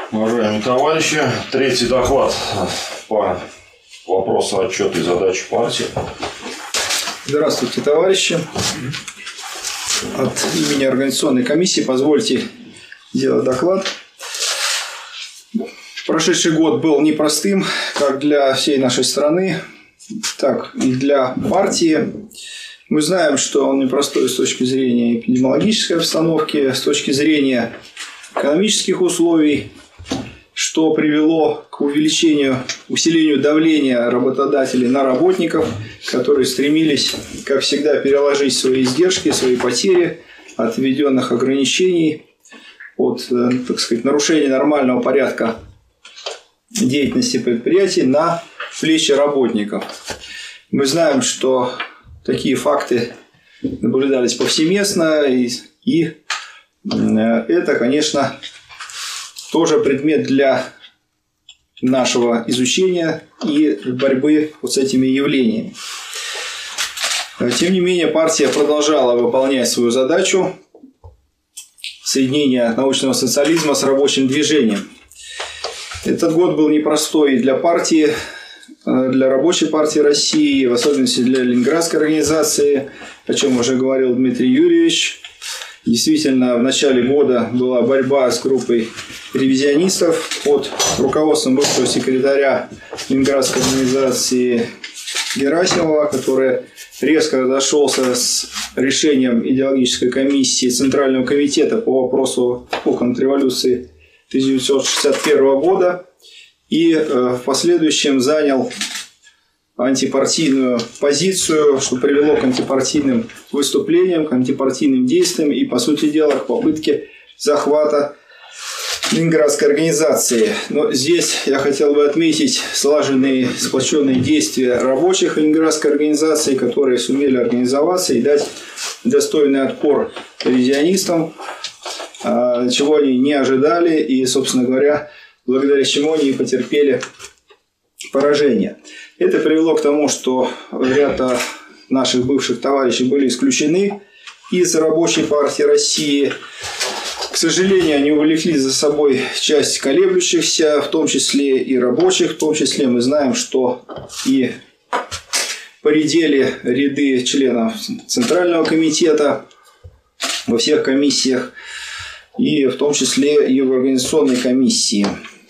Уважаемые товарищи, третий доклад по вопросу отчета и задач партии. Здравствуйте, товарищи. От имени организационной комиссии позвольте сделать доклад. Прошедший год был непростым как для всей нашей страны, так и для партии. Мы знаем, что он непростой с точки зрения эпидемиологической обстановки, с точки зрения экономических условий, что привело к усилению давления работодателей на работников, которые стремились, как всегда, переложить свои издержки, свои потери от введенных ограничений, от, так сказать, нарушения нормального порядка деятельности предприятий на плечи работников. Мы знаем, что такие факты наблюдались повсеместно, и это, конечно, тоже предмет для нашего изучения и борьбы вот с этими явлениями. Тем не менее, партия продолжала выполнять свою задачу соединения научного социализма с рабочим движением. Этот год был непростой для партии, для Рабочей партии России, в особенности для Ленинградской организации, о чем уже говорил Дмитрий Юрьевич. Действительно, в начале года была борьба с группой ревизионистов под руководством бывшего секретаря Ленинградской организации Герасимова, который резко разошелся с решением идеологической комиссии Центрального комитета по вопросу о контрреволюции 1961 года и в последующем занял антипартийную позицию, что привело к антипартийным выступлениям, к антипартийным действиям и, по сути дела, к попытке захвата Ленинградской организации. Но здесь я хотел бы отметить слаженные, сплоченные действия рабочих Ленинградской организации, которые сумели организоваться и дать достойный отпор ревизионистам, чего они не ожидали и, собственно говоря, благодаря чему они потерпели поражение. Это привело к тому, что ряд наших бывших товарищей были исключены из Рабочей партии России. К сожалению, они увлекли за собой часть колеблющихся, в том числе и рабочих. В том числе мы знаем, что и поредели ряды членов Центрального комитета во всех комиссиях, и в том числе и в организационной комиссии.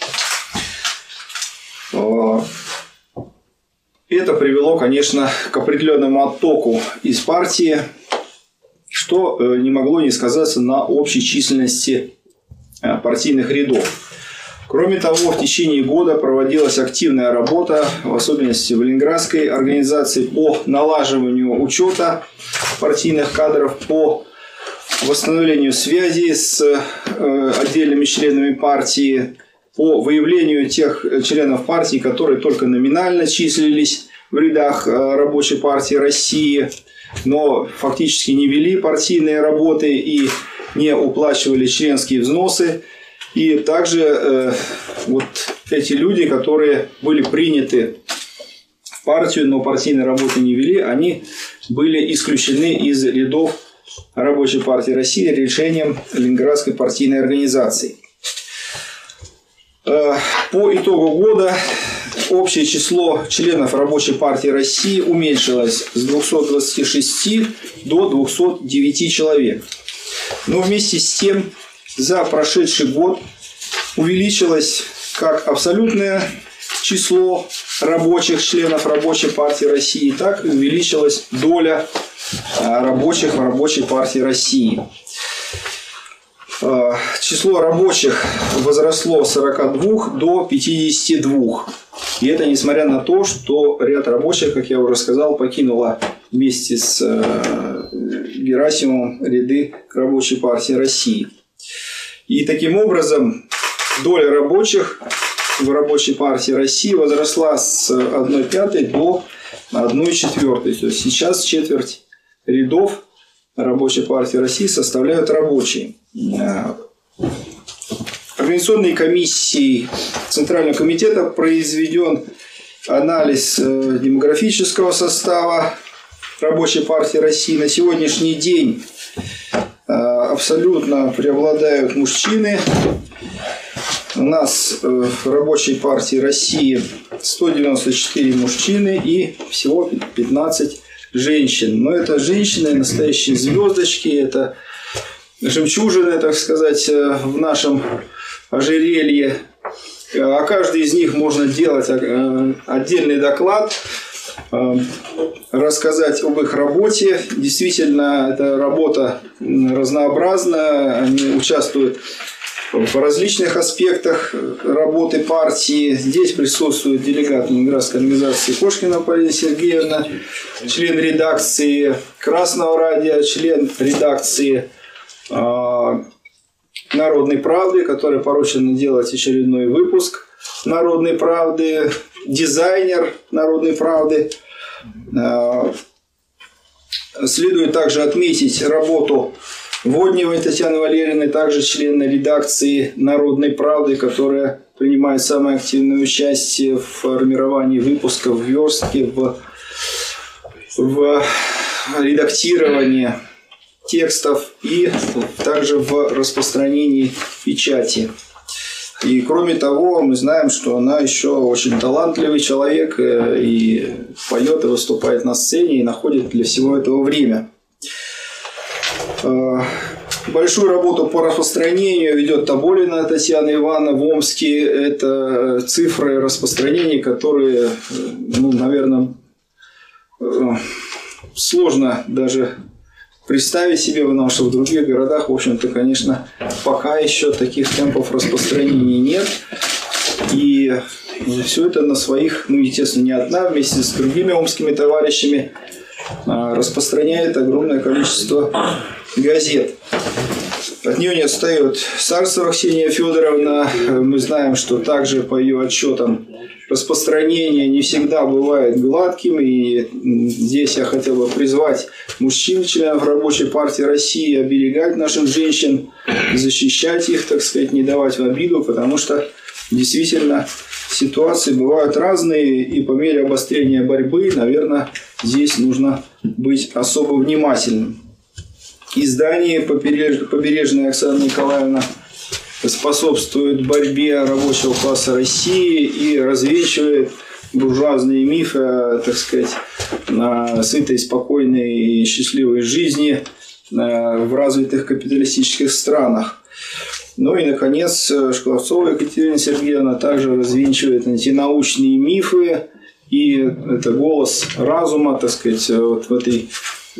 Это привело, конечно, к определенному оттоку из партии, что не могло не сказаться на общей численности партийных рядов. Кроме того, в течение года проводилась активная работа, в особенности в Ленинградской организации, по налаживанию учета партийных кадров, по восстановлению связи с отдельными членами партии, по выявлению тех членов партии, которые только номинально числились в рядах Рабочей партии России, но фактически не вели партийные работы и не уплачивали членские взносы. И также вот эти люди, которые были приняты в партию, но партийной работы не вели, они были исключены из рядов Рабочей партии России решением Ленинградской партийной организации. По итогу года общее число членов Рабочей партии России уменьшилось с 226 до 209 человек. Но вместе с тем за прошедший год увеличилось как абсолютное число рабочих членов Рабочей партии России, так и увеличилась доля рабочих в Рабочей партии России. Число рабочих возросло с 42 до 52. И это несмотря на то, что ряд рабочих, как я уже сказал, покинула вместе с Герасимовым ряды Рабочей партии России. И таким образом доля рабочих в Рабочей партии России возросла с 1/5 до 1/4. То есть сейчас четверть рядов Рабочей партии России составляют рабочие. Организационной комиссией Центрального комитета произведен анализ демографического состава Рабочей партии России. На сегодняшний день абсолютно преобладают мужчины. у нас в Рабочей партии России 194 мужчины и всего 15 женщин. Но это женщины, настоящие звездочки, это жемчужины, так сказать, в нашем ожерелье. О каждой из них можно делать отдельный доклад, рассказать об их работе. Действительно, эта работа разнообразна, они участвуют в различных аспектах работы партии. Здесь присутствует делегат Ленинградской организации Кошкина Полина Сергеевна, член редакции Красного радио, член редакции Народной правды, которой поручено делать очередной выпуск Народной правды, дизайнер Народной правды. Следует также отметить работу Водневой Татьяны Валерьевны, также члена редакции Народной правды, которая принимает самое активное участие в формировании выпусков, в верстке, в редактировании текстов и также в распространении печати. И кроме того, мы знаем, что она еще очень талантливый человек и поет, и выступает на сцене, и находит для всего этого время. Большую работу по распространению ведет Тоболина Татьяна Ивановна в Омске. Это цифры распространения, которые, наверное, сложно даже представить себе, потому что в других городах, в общем-то, конечно, пока еще таких темпов распространения нет. И все это на своих, естественно, не одна, вместе с другими омскими товарищами распространяет огромное количество газет. От нее не отстает Сарцева Ксения Федоровна. Мы знаем, что также по ее отчетам распространение не всегда бывает гладким. И здесь я хотел бы призвать мужчин, членов Рабочей партии России, оберегать наших женщин, защищать их, так сказать, не давать в обиду, потому что действительно ситуации бывают разные, и по мере обострения борьбы, наверное, здесь нужно быть особо внимательным. Издание «Побережная» Оксана Николаевна способствует борьбе рабочего класса России и развенчивает буржуазные мифы, так сказать, сытой, спокойной и счастливой жизни в развитых капиталистических странах. Ну и, наконец, Шкловцова Екатерина Сергеевна также развенчивает антинаучные мифы, и это голос разума, так сказать, вот в этой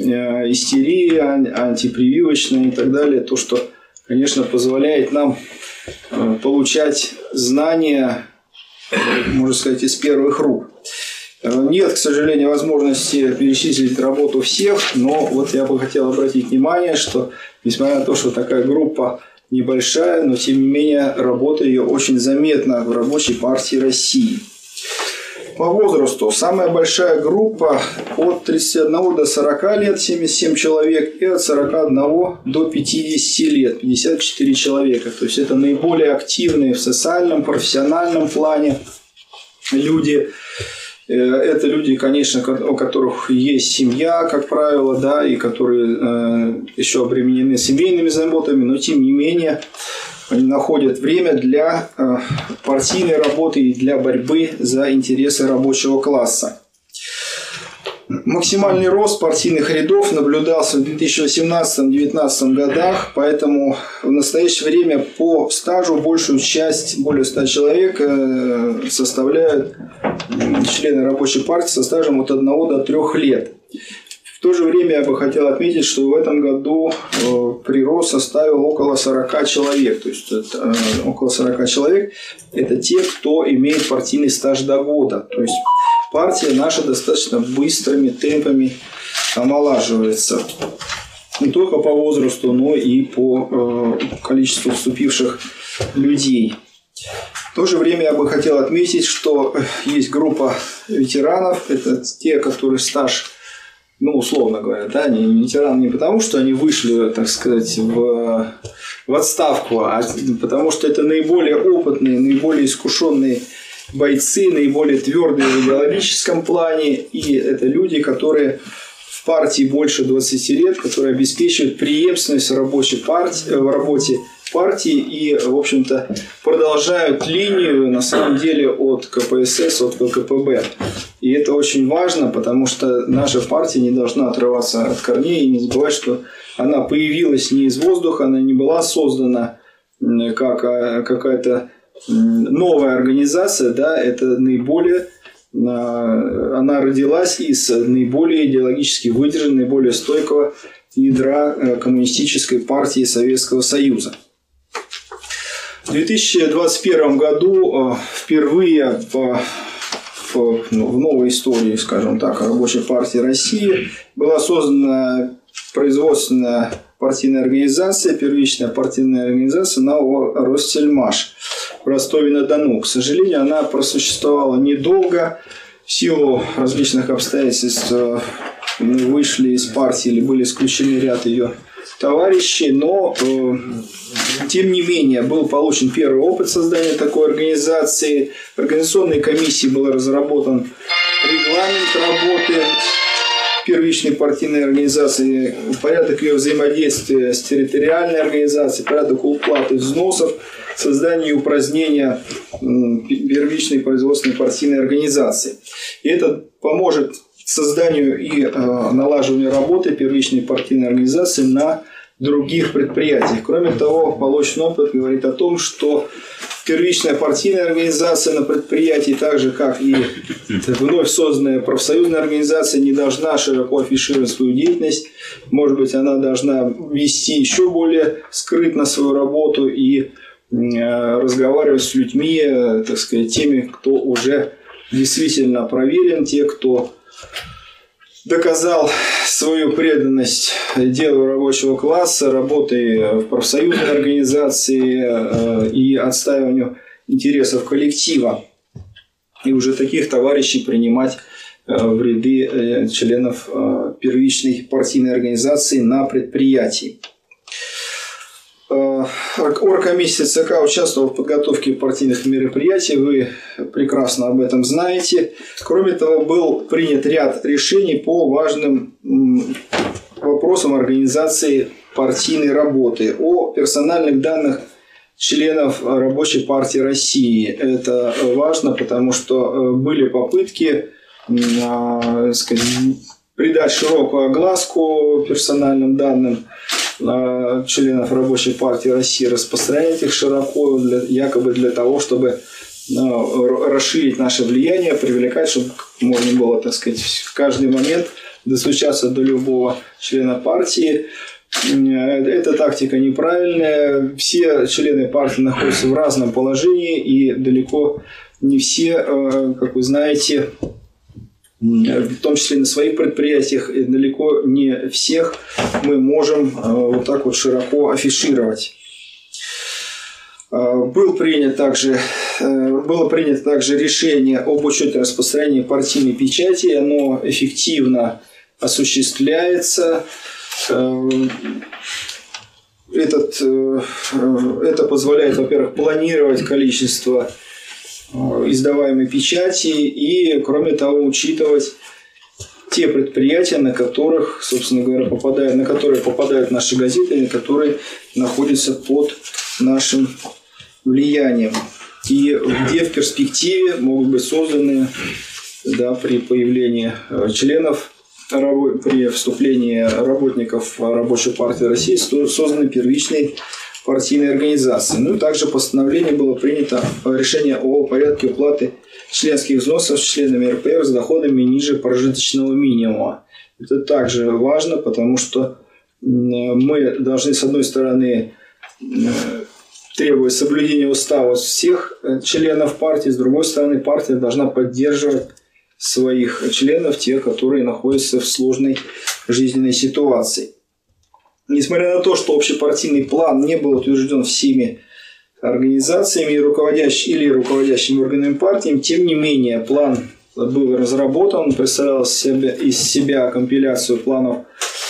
истерии антипрививочной и так далее, то, что, конечно, позволяет нам получать знания, можно сказать, из первых рук. Нет, к сожалению, возможности перечислить работу всех, но вот я бы хотел обратить внимание, что, несмотря на то, что такая группа небольшая, но тем не менее работа ее очень заметна в Рабочей партии России. По возрасту самая большая группа от 31 до 40 лет, 77 человек, и от 41 до 50 лет, 54 человека. То есть это наиболее активные в социальном, профессиональном плане люди. Это люди, конечно, у которых есть семья, как правило, да, и которые еще обременены семейными заботами, но тем не менее они находят время для партийной работы и для борьбы за интересы рабочего класса. Максимальный рост партийных рядов наблюдался в 2018-2019 годах, поэтому в настоящее время по стажу большую часть, более 100 человек, составляют члены Рабочей партии со стажем от 1 до 3 лет. В то же время я бы хотел отметить, что в этом году прирост составил около 40 человек. То есть около 40 человек – это те, кто имеет партийный стаж до года. То есть партия наша достаточно быстрыми темпами омолаживается. Не только по возрасту, но и по количеству вступивших людей. В то же время я бы хотел отметить, что есть группа ветеранов. Это те, которые стаж, условно говоря, да, они ветераны не потому, что они вышли, так сказать, в отставку, а потому что это наиболее опытные, наиболее искушенные бойцы, наиболее твердые в идеологическом плане, и это люди, которые в партии больше 20 лет, которые обеспечивают преемственность в работе партии и, в общем-то, продолжают линию, на самом деле, от КПСС, от ВКПБ. И это очень важно, потому что наша партия не должна отрываться от корней и не забывать, что она появилась не из воздуха, она не была создана как какая-то новая организация, да, это наиболее... Она родилась из наиболее идеологически выдержанного, наиболее стойкого ядра коммунистической партии Советского Союза. В 2021 году впервые в новой истории, скажем так, Рабочей партии России была создана производственная партийная организация, первичная партийная организация НАО «Ростельмаш» в Ростове-на-Дону. К сожалению, она просуществовала недолго. В силу различных обстоятельств вышли из партии или были исключены ряд ее товарищей, но тем не менее был получен первый опыт создания такой организации. В организационной комиссии был разработан регламент работы первичной партийной организации, порядок ее взаимодействия с территориальной организацией, порядок уплаты взносов, создание и упразднение первичной производственной партийной организации. И это поможет созданию и налаживанию работы первичной партийной организации на других предприятиях. Кроме того, полученный опыт говорит о том, что первичная партийная организация на предприятии, так же как и вновь созданная профсоюзная организация, не должна широко афишировать свою деятельность. Может быть, она должна вести еще более скрытно свою работу и разговаривать с людьми, так сказать, теми, кто уже действительно проверен, те, кто доказал свою преданность делу рабочего класса, работой в профсоюзной организации и отстаиванию интересов коллектива. И уже таких товарищей принимать в ряды членов первичной партийной организации на предприятии. Оргкомиссия ЦК участвовала в подготовке партийных мероприятий, вы прекрасно об этом знаете. Кроме того, был принят ряд решений по важным вопросам организации партийной работы, о персональных данных членов Рабочей партии России. Это важно, потому что были попытки придать широкую огласку персональным данным членов Рабочей партии России, распространять их широко, якобы для того, чтобы расширить наше влияние, привлекать, чтобы можно было, так сказать, в каждый момент достучаться до любого члена партии. Эта тактика неправильная. Все члены партии находятся в разном положении, и далеко не все, как вы знаете, в том числе на своих предприятиях, и далеко не всех мы можем вот так вот широко афишировать. Было принято также решение об учете распространения партийной печати. Оно эффективно осуществляется. Это позволяет, во-первых, планировать количество издаваемой печати и, кроме того, учитывать те предприятия, на которых, собственно говоря, попадают наши газеты, которые находятся под нашим влиянием и где в перспективе могут быть созданы, да, при появлении членов, при вступлении работников Рабочей партии России созданы первичные партийной организации. Ну и также постановление было принято решение о порядке уплаты членских взносов членами РПР с доходами ниже прожиточного минимума. Это также важно, потому что мы должны, с одной стороны, требовать соблюдения устава всех членов партии, с другой стороны, партия должна поддерживать своих членов, тех, которые находятся в сложной жизненной ситуации. Несмотря на то, что общепартийный план не был утвержден всеми организациями или руководящими органами партии, тем не менее план был разработан, представлял из себя компиляцию планов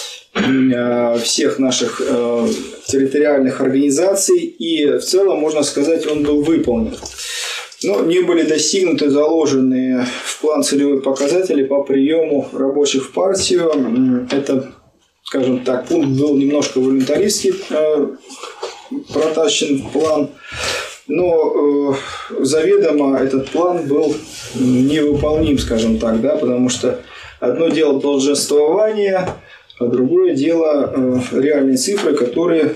всех наших территориальных организаций, и в целом, можно сказать, он был выполнен. Но не были достигнуты заложенные в план целевые показатели по приему рабочих в партию. Это, скажем так, пункт был немножко волюнтаристский протащен план, но заведомо этот план был невыполним, скажем так, да, потому что одно дело долженствование, а другое дело реальные цифры, которые,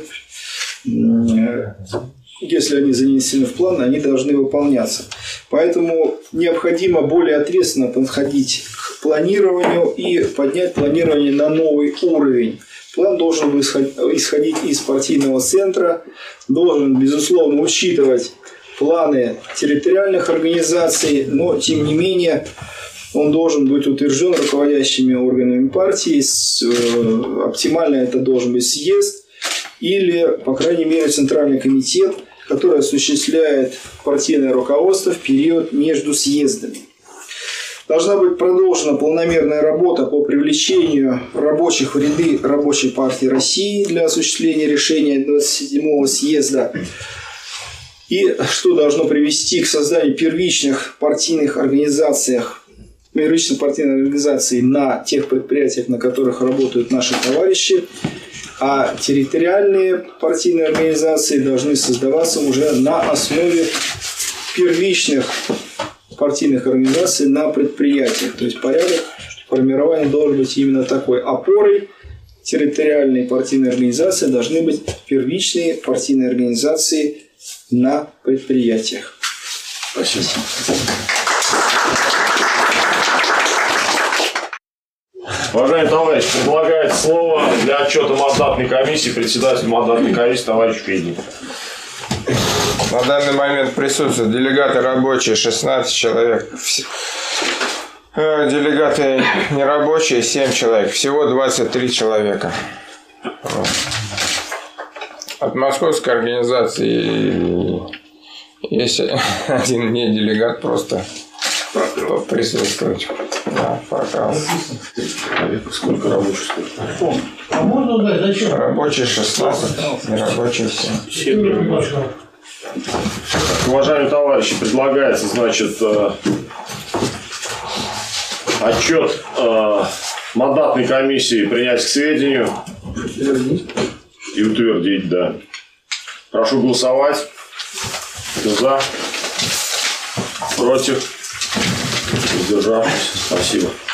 если они занесены в план, они должны выполняться. Поэтому необходимо более ответственно подходить к планированию и поднять планирование на новый уровень. План должен исходить из партийного центра, должен, безусловно, учитывать планы территориальных организаций, но, тем не менее, он должен быть утвержден руководящими органами партии. Оптимально это должен быть съезд или, по крайней мере, центральный комитет, который осуществляет партийное руководство в период между съездами. Должна быть продолжена планомерная работа по привлечению рабочих в ряды Рабочей партии России для осуществления решения 27-го съезда. И что должно привести к созданию первичных партийных организаций на тех предприятиях, на которых работают наши товарищи, а территориальные партийные организации должны создаваться уже на основе первичных партийных организаций на предприятиях. То есть порядок формирования должен быть именно такой. Опорой территориальной партийной организации должны быть первичные партийные организации на предприятиях. Спасибо. Уважаемый товарищ, предлагает слово для отчета мандатной комиссии председатель мандатной комиссии товарищ Федин. На данный момент присутствуют делегаты рабочие 16 человек, делегаты нерабочие 7 человек, всего 23 человека. От московской организации есть один не делегат, просто присутствует. Да, пожалуйста. Сколько рабочих? А можно узнать, зачем? Рабочие 16, нерабочие 7. Уважаемые товарищи, предлагается, значит, отчет мандатной комиссии принять к сведению и утвердить, да. Прошу голосовать. Кто за? Против? Воздержавшись? Спасибо.